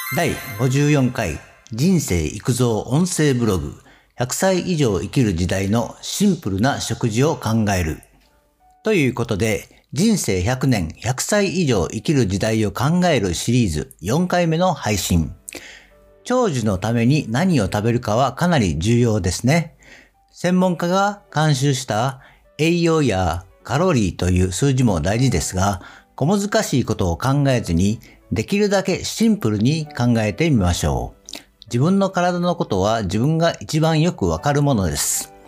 第54回人生育造音声ブログ100歳以上生きる時代のシンプルな食事を考えるということで、人生100年100歳以上生きる時代を考えるシリーズ4回目の配信。長寿のために何を食べるかはかなり重要ですね。専門家が監修した栄養やカロリーという数字も大事ですが、小難しいことを考えずにできるだけシンプルに考えてみましょう。自分の体のことは自分が一番よくわかるものです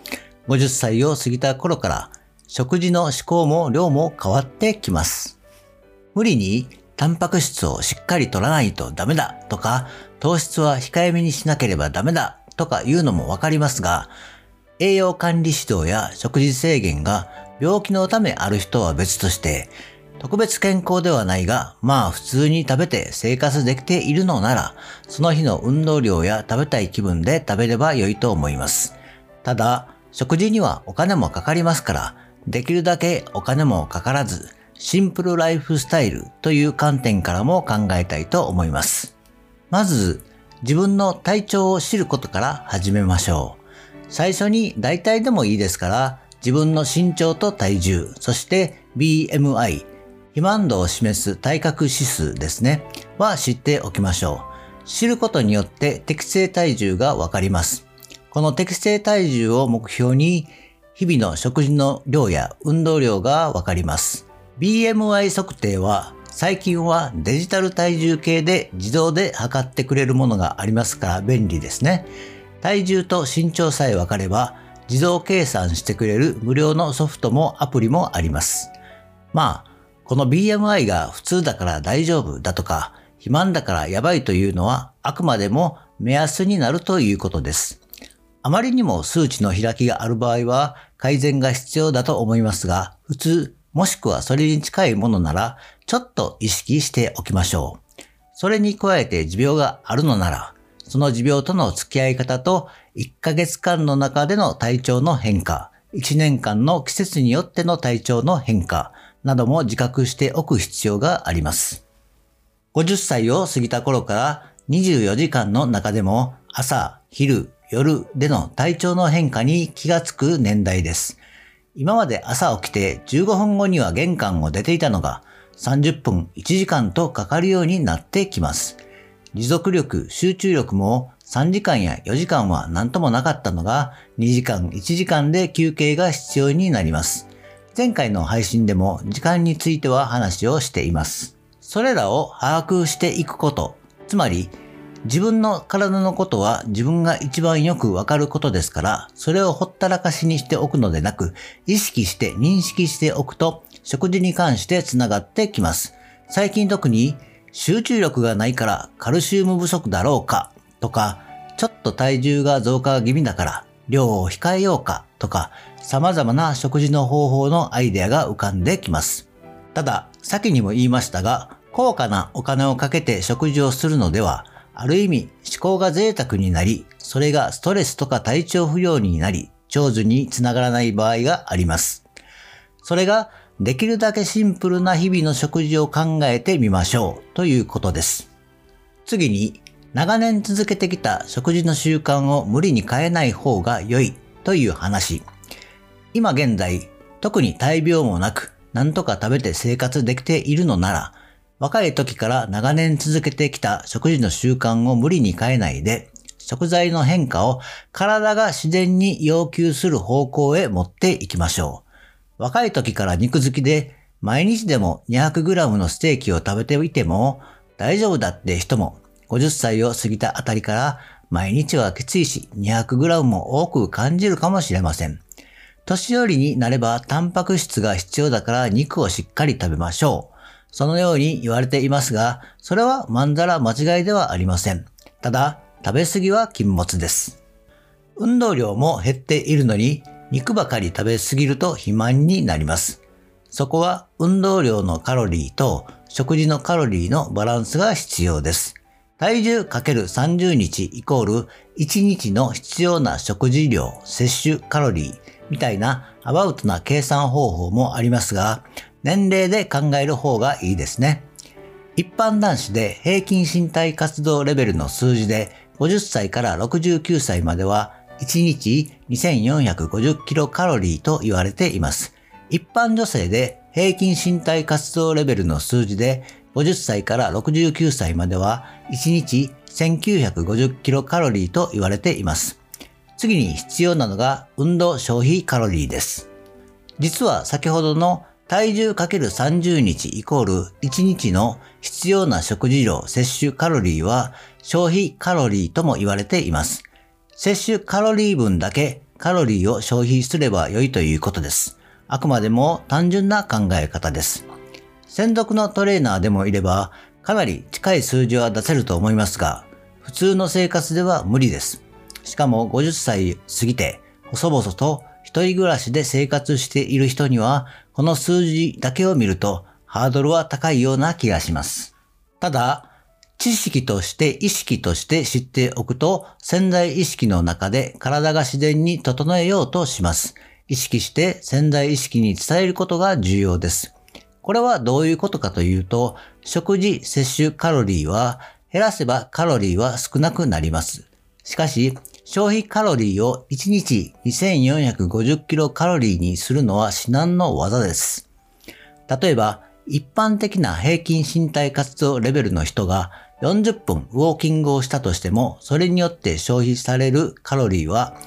。50歳を過ぎた頃から食事の思考も量も変わってきます。無理にタンパク質をしっかり取らないとダメだとか、糖質は控えめにしなければダメだとか言うのもわかりますが、栄養管理指導や食事制限が病気のためある人は別として、特別健康ではないが、普通に食べて生活できているのなら、その日の運動量や食べたい気分で食べれば良いと思います。ただ、食事にはお金もかかりますから、できるだけお金もかからず、シンプルライフスタイルという観点からも考えたいと思います。まず、自分の体調を知ることから始めましょう。最初に大体でもいいですから、自分の身長と体重、そして BMI、肥満度を示す体格指数ですね、は知っておきましょう。知ることによって適正体重がわかります。この適正体重を目標に、日々の食事の量や運動量がわかります。BMI 測定は、最近はデジタル体重計で自動で測ってくれるものがありますから便利ですね。体重と身長さえわかれば、自動計算してくれる無料のソフトもアプリもあります。この BMI が普通だから大丈夫だとか、肥満だからやばいというのはあくまでも目安になるということです。あまりにも数値の開きがある場合は改善が必要だと思いますが、普通もしくはそれに近いものならちょっと意識しておきましょう。それに加えて持病があるのなら、その持病との付き合い方と1ヶ月間の中での体調の変化、1年間の季節によっての体調の変化なども自覚しておく必要があります。50歳を過ぎた頃から24時間の中でも朝、昼、夜での体調の変化に気がつく年代です。今まで朝起きて15分後には玄関を出ていたのが30分、1時間とかかるようになってきます。持続力、集中力も3時間や4時間は何ともなかったのが2時間、1時間で休憩が必要になります。前回の配信でも時間については話をしています。それらを把握していくこと、つまり自分の体のことは自分が一番よくわかることですから、それをほったらかしにしておくのでなく、意識して認識しておくと食事に関してつながってきます。最近特に集中力がないからカルシウム不足だろうかとか、ちょっと体重が増加気味だから量を控えようかとか、様々な食事の方法のアイデアが浮かんできます。ただ、先にも言いましたが、高価なお金をかけて食事をするのでは、ある意味思考が贅沢になり、それがストレスとか体調不良になり、長寿につながらない場合があります。それが、できるだけシンプルな日々の食事を考えてみましょうということです。次に、長年続けてきた食事の習慣を無理に変えない方が良いという話。今現在、特に大病もなく、何とか食べて生活できているのなら、若い時から長年続けてきた食事の習慣を無理に変えないで、食材の変化を体が自然に要求する方向へ持っていきましょう。若い時から肉好きで、毎日でも 200g のステーキを食べていても大丈夫だって人も、50歳を過ぎたあたりから毎日はきついし 200g も多く感じるかもしれません。年寄りになればタンパク質が必要だから肉をしっかり食べましょう。そのように言われていますが、それはまんざら間違いではありません。ただ、食べ過ぎは禁物です。運動量も減っているのに、肉ばかり食べ過ぎると肥満になります。そこは運動量のカロリーと食事のカロリーのバランスが必要です。体重 ×30 日イコール1日の必要な食事量、摂取カロリーみたいなアバウトな計算方法もありますが、年齢で考える方がいいですね。 一般男子で平均身体活動レベルの数字で50歳から69歳までは1日2450キロカロリーと言われています。一般女性で平均身体活動レベルの数字で50歳から69歳までは1日1950キロカロリーと言われています。次に必要なのが運動消費カロリーです。実は先ほどの体重 ×30 日イコール1日の必要な食事量摂取カロリーは消費カロリーとも言われています。摂取カロリー分だけカロリーを消費すれば良いということです。あくまでも単純な考え方です。専属のトレーナーでもいればかなり近い数字は出せると思いますが、普通の生活では無理です。しかも50歳過ぎて細々と一人暮らしで生活している人にはこの数字だけを見るとハードルは高いような気がします。ただ、知識として意識として知っておくと潜在意識の中で体が自然に整えようとします。意識して潜在意識に伝えることが重要です。これはどういうことかというと、食事摂取カロリーは減らせばカロリーは少なくなります。しかし、消費カロリーを1日2450キロカロリーにするのは至難の業です。例えば、一般的な平均身体活動レベルの人が40分ウォーキングをしたとしても、それによって消費されるカロリーは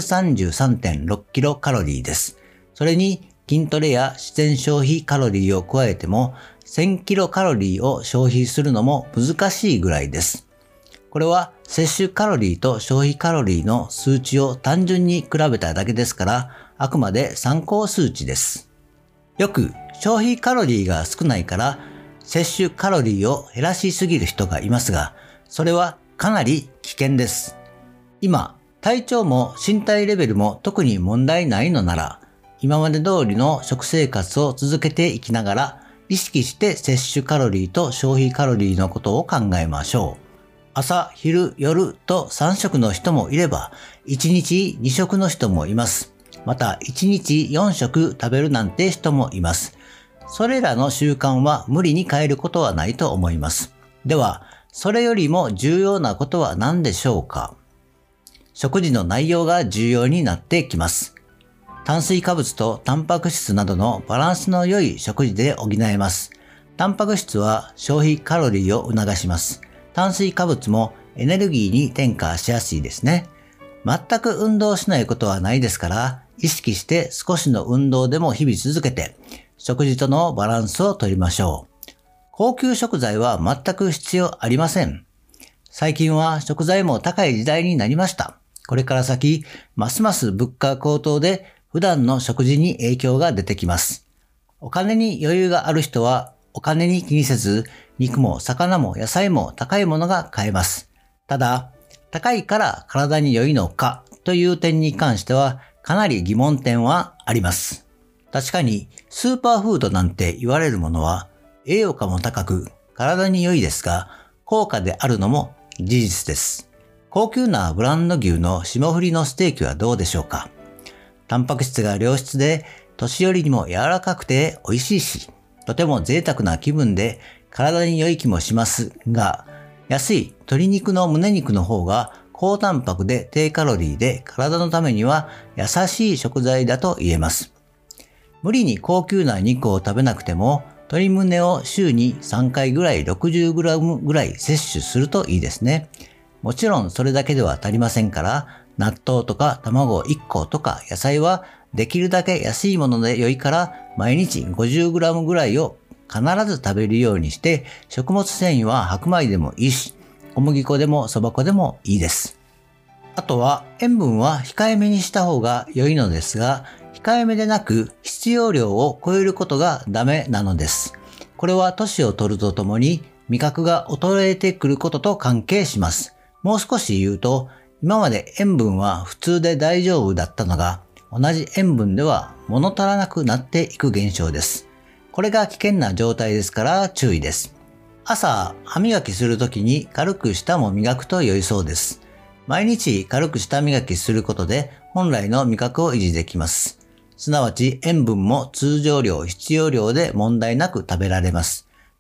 133.6 キロカロリーです。それに筋トレや自然消費カロリーを加えても1000キロカロリーを消費するのも難しいぐらいです。これは摂取カロリーと消費カロリーの数値を単純に比べただけですから、あくまで参考数値です。よく消費カロリーが少ないから摂取カロリーを減らしすぎる人がいますが、それはかなり危険です。今、体調も身体レベルも特に問題ないのなら、今まで通りの食生活を続けていきながら、意識して摂取カロリーと消費カロリーのことを考えましょう。朝、昼、夜と3食の人もいれば、1日2食の人もいます。また、1日4食食べるなんて人もいます。それらの習慣は無理に変えることはないと思います。では、それよりも重要なことは何でしょうか？食事の内容が重要になってきます。炭水化物とタンパク質などのバランスの良い食事で補えます。タンパク質は消費カロリーを促します。炭水化物もエネルギーに転化しやすいですね。全く運動しないことはないですから、意識して少しの運動でも日々続けて、食事とのバランスをとりましょう。高級食材は全く必要ありません。最近は食材も高い時代になりました。これから先、ますます物価高騰で普段の食事に影響が出てきます。お金に余裕がある人はお金に気にせず、肉も魚も野菜も高いものが買えます。ただ、高いから体に良いのかという点に関してはかなり疑問点はあります。確かにスーパーフードなんて言われるものは栄養価も高く体に良いですが、高価であるのも事実です。高級なブランド牛の霜降りのステーキはどうでしょうか？タンパク質が良質で年寄りにも柔らかくて美味しいし、とても贅沢な気分で体に良い気もしますが、安い鶏肉の胸肉の方が高タンパクで低カロリーで体のためには優しい食材だと言えます。無理に高級な肉を食べなくても、鶏胸を週に3回ぐらい 60g ぐらい摂取するといいですね。もちろんそれだけでは足りませんから、納豆とか卵1個とか野菜はできるだけ安いもので良いから毎日 50g ぐらいを必ず食べるようにして、食物繊維は白米でもいいし、小麦粉でもそば粉でもいいです。あとは塩分は控えめにした方が良いのですが、控えめでなく必要量を超えることがダメなのです。これは年を取るとともに味覚が衰えてくることと関係します。もう少し言うと、今まで塩分は普通で大丈夫だったのが、同じ塩分では物足らなくなっていく現象です。これが危険な状態ですから注意です。朝、歯磨きするときに軽く舌も磨くと良いそうです。毎日軽く舌磨きすることで本来の味覚を維持できます。すなわち塩分も通常量必要量で問題なく食べられます。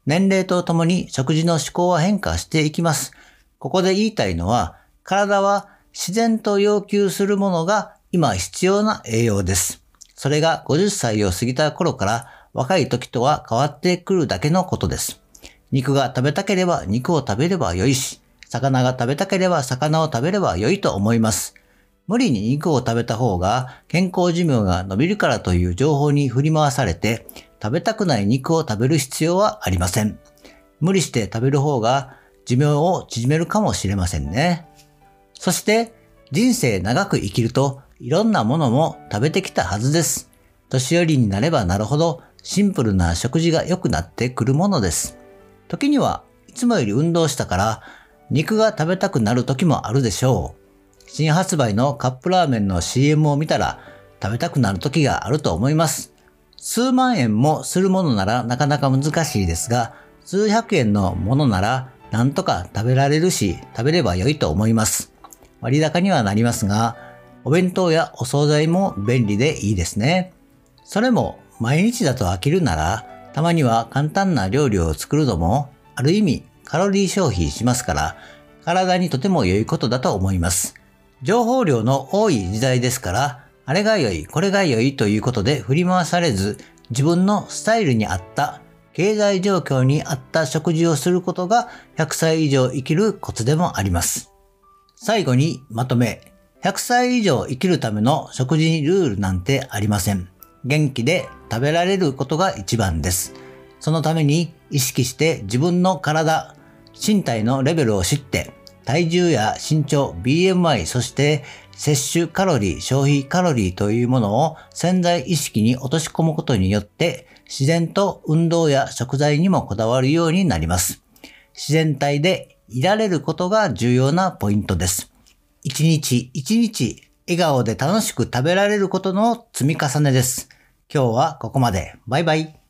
年齢とともに食事の嗜好は変化していきます。ここで言いたいのは、体は自然と要求するものが今必要な栄養です。それが50歳を過ぎた頃から若い時とは変わってくるだけのことです。肉が食べたければ肉を食べればよいし、魚が食べたければ魚を食べればよいと思います。無理に肉を食べた方が健康寿命が伸びるからという情報に振り回されて、食べたくない肉を食べる必要はありません。無理して食べる方が寿命を縮めるかもしれませんね。そして人生長く生きるといろんなものも食べてきたはずです。年寄りになればなるほどシンプルな食事が良くなってくるものです。時にはいつもより運動したから肉が食べたくなる時もあるでしょう。新発売のカップラーメンの CM を見たら食べたくなる時があると思います。数万円もするものならなかなか難しいですが、数百円のものならなんとか食べられるし食べれば良いと思います。割高にはなりますが、お弁当やお惣菜も便利でいいですね。それも毎日だと飽きるなら、たまには簡単な料理を作るのもある意味カロリー消費しますから、体にとても良いことだと思います。情報量の多い時代ですから、あれが良い、これが良いということで振り回されず、自分のスタイルに合った、経済状況に合った食事をすることが100歳以上生きるコツでもあります。最後にまとめ、100歳以上生きるための食事にルールなんてありません。元気で食べられることが一番です。そのために意識して自分の体、身体のレベルを知って、体重や身長、BMI、そして摂取カロリー、消費カロリーというものを潜在意識に落とし込むことによって、自然と運動や食材にもこだわるようになります。自然体でいられることが重要なポイントです。一日一日笑顔で楽しく食べられることの積み重ねです。今日はここまで。バイバイ。